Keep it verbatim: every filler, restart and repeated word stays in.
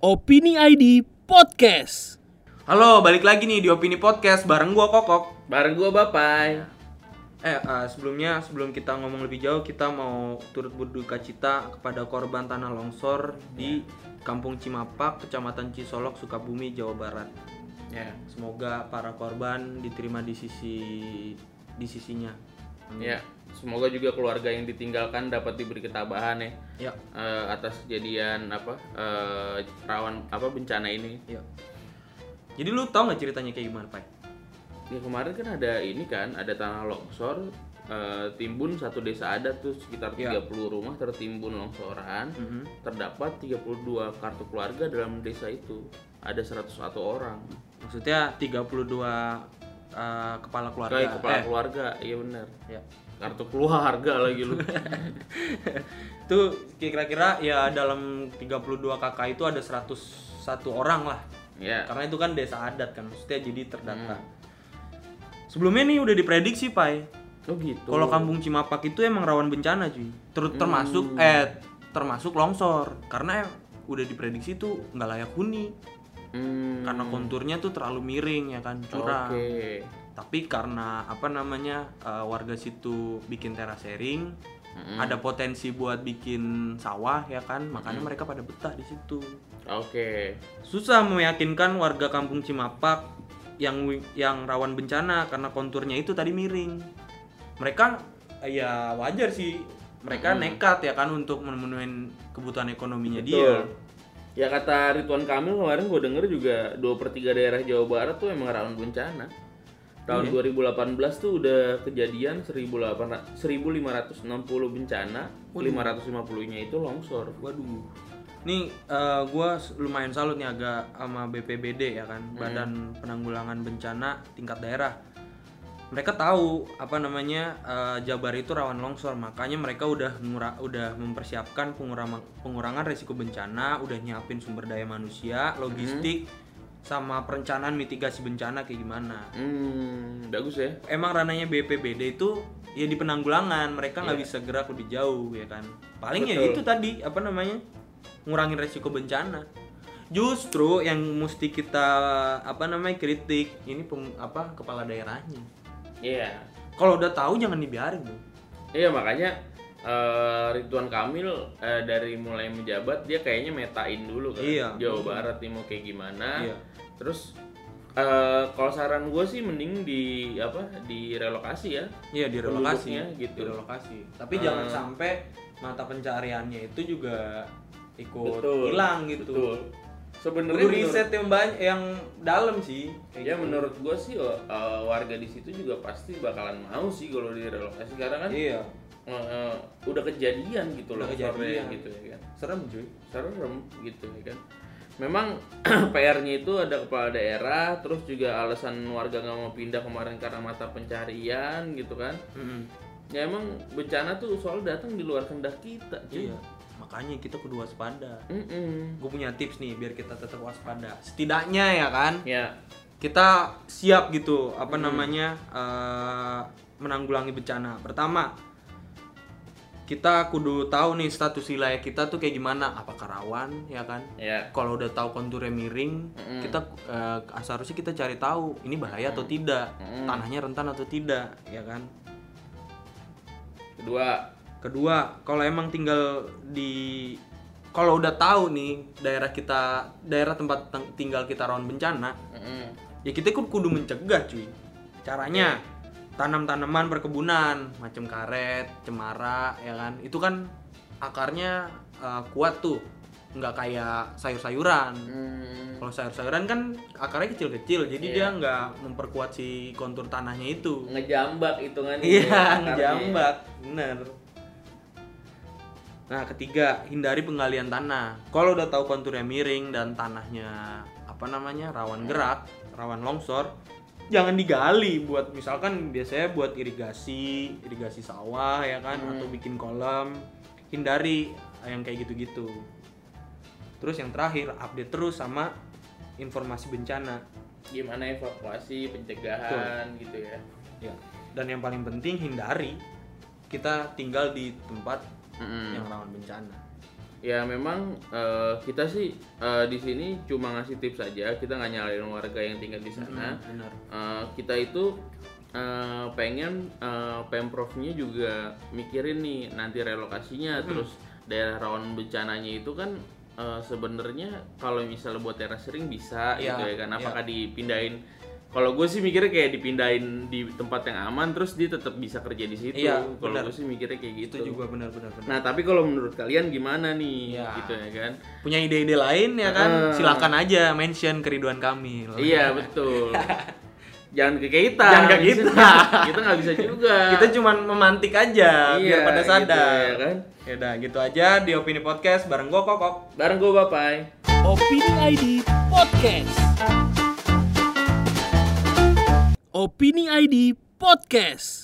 Opini I D Podcast. Halo, balik lagi nih di Opini Podcast bareng gua Kokok. Bareng gua Bapai. Eh, uh, sebelumnya sebelum kita ngomong lebih jauh, kita mau turut berduka cita kepada korban tanah longsor di Kampung Cimapak, Kecamatan Cisolok, Sukabumi, Jawa Barat. Ya. Semoga para korban diterima di sisi di sisinya. Amin. Ya, semoga juga keluarga yang ditinggalkan dapat diberi ketabahan ya. Ya. eh, atas kejadian apa eh, rawan apa bencana ini. Ya. Jadi lu tau nggak ceritanya kayak gimana, Pak? Ya kemarin kan ada ini kan, ada tanah longsor eh, timbun satu desa adat tuh sekitar Ya. tiga puluh rumah tertimbun longsoran. Mhm. Terdapat tiga puluh dua kartu keluarga dalam desa itu. Ada seratus satu orang. Maksudnya tiga puluh dua uh, kepala keluarga. Kayak kepala Eh, keluarga, iya benar. Ya. Kartu keluarga lagi lu. Itu kira-kira ya dalam tiga puluh dua kakak itu ada seratus satu orang lah. Ya. Karena itu kan desa adat kan, maksudnya jadi terdata. Hmm. Sebelumnya nih udah diprediksi, Pai. Oh gitu. Kalau Kampung Cimapak itu emang rawan bencana, cuy. Ter- termasuk Hmm. eh termasuk longsor. Karena udah diprediksi tuh nggak layak huni. Hmm. Karena konturnya tuh terlalu miring ya kan, curang. Oke. Tapi karena apa namanya eh, warga situ bikin terasering, Mm-mm. ada potensi buat bikin sawah ya kan, makanya mereka pada betah di situ. Oke. Susah meyakinkan warga Kampung Cimapak yang wi- yang rawan bencana karena konturnya itu tadi miring. Mereka ya wajar sih, mereka Mm-mm. nekat ya kan untuk memenuhi kebutuhan ekonominya Betul. dia. Ya kata Ridwan Kamil kemarin gue denger juga dua per tiga daerah Jawa Barat tuh emang rawan bencana. Tahun Iya. dua ribu delapan belas tuh udah kejadian seribu lima ratus enam puluh bencana, Waduh. lima ratus lima puluh-nya itu longsor. Waduh. Nih eh, gua lumayan salut nih agak sama B P B D ya kan, Badan Penanggulangan Bencana tingkat daerah. Mereka tahu apa namanya eh, Jabar itu rawan longsor, makanya mereka udah ngura- udah mempersiapkan pengurangan pengurangan resiko bencana, udah nyiapin sumber daya manusia, logistik, sama perencanaan mitigasi bencana kayak gimana. Hmm, bagus ya. Emang ranahnya B P B D itu ya di penanggulangan, mereka nggak Iya. bisa gerak lebih jauh ya kan. Paling ya Betul. itu tadi apa namanya ngurangin resiko bencana. Justru yang mesti kita apa namanya kritik ini pem- apa kepala daerahnya. Iya. Kalau udah tahu jangan dibiarin dong. Iya makanya eh, Ridwan Kamil eh, dari mulai menjabat dia kayaknya metain dulu kan Iya, Jawa betul. Barat nih mau kayak gimana. Iya. Terus eh, kalau saran gue sih mending di apa direlokasi ya. Iya direlokasi Penduduknya gitu. direlokasi. Tapi Eh. jangan sampai mata pencariannya itu juga ikut Betul. hilang gitu. Betul. Sebenarnya Perlu menurut- riset yang banyak yang dalam sih. kayak ya gitu. menurut gue sih eh, warga di situ juga pasti bakalan mau sih kalau direlokasi karena kan Iya, eh, eh, udah kejadian gitu Udah loh kejadian. gitu ya kan. serem cuy. Serem gitu ya kan. Memang P R-nya itu ada kepala daerah, terus juga alasan warga nggak mau pindah kemarin karena mata pencarian gitu kan. Mm-mm. Ya emang bencana tuh soal datang di luar kehendak kita. cuy. Iya, makanya kita kudu waspada. Mm-mm. Gue punya tips nih biar kita tetap waspada. Setidaknya ya kan, Ya, kita siap gitu apa namanya eh, menanggulangi bencana. Pertama, kita kudu tahu nih status wilayah kita tuh kayak gimana, apakah rawan ya kan. ya. Kalau udah tahu konturnya miring, Mm-mm. kita eh, seharusnya kita cari tahu ini bahaya atau tidak, Mm-mm. tanahnya rentan atau tidak, ya kan. Kedua, Kedua, kalau emang tinggal di kalau udah tahu nih daerah kita, daerah tempat teng- tinggal kita rawan bencana, mm-mm. ya kita kudu, kudu mencegah cuy. Caranya tanam tanaman perkebunan macam karet, cemara, ya kan. Itu kan akarnya eh, kuat tuh, nggak kayak sayur-sayuran. Hmm, Kalau sayur-sayuran kan akarnya kecil-kecil, jadi Iya. dia nggak memperkuat si kontur tanahnya itu. ngejambak hitungannya. Iya, akarnya. ngejambak, bener. Nah, ketiga, hindari penggalian tanah. Kalau udah tahu konturnya miring dan tanahnya apa namanya rawan gerak, rawan longsor, jangan digali buat misalkan biasanya buat irigasi, irigasi sawah ya kan, Hmm. atau bikin kolam. Hindari yang kayak gitu-gitu. Terus yang terakhir, update terus sama informasi bencana. Gimana evakuasi, pencegahan gitu ya. Ya. Dan yang paling penting hindari kita tinggal di tempat Mm-mm. yang rawan bencana. Ya memang uh, kita sih uh, di sini cuma ngasih tips saja, kita nggak nyalain warga yang tinggal di sana. Hmm, benar. Uh, kita itu uh, pengen uh, pemprovnya juga mikirin nih nanti relokasinya, hmm. terus daerah rawan bencananya itu kan uh, sebenarnya kalau misalnya buat daerah sering bisa ya, gitu ya kan, apakah ya. dipindahin? Kalau gue sih mikirnya kayak dipindahin di tempat yang aman, terus dia tetap bisa kerja di situ. Iya, kalau gue sih mikirnya kayak gitu. Itu juga benar-benar. Nah tapi kalau menurut kalian gimana nih, ya. gitu ya kan? Punya ide-ide lain ya kan? Uh, Silakan aja mention ke Ridwan Kamil. Iya betul. Jangan ke kita. Jangan ke kita. Kita nggak bisa juga. Kita cuma memantik aja, iya, biar pada sadar. Gitu, ya kan? Yaudah gitu aja di Opini Podcast bareng gue Kokok. Bareng gue Bapai. Opini I D Podcast. Opini I D Podcast.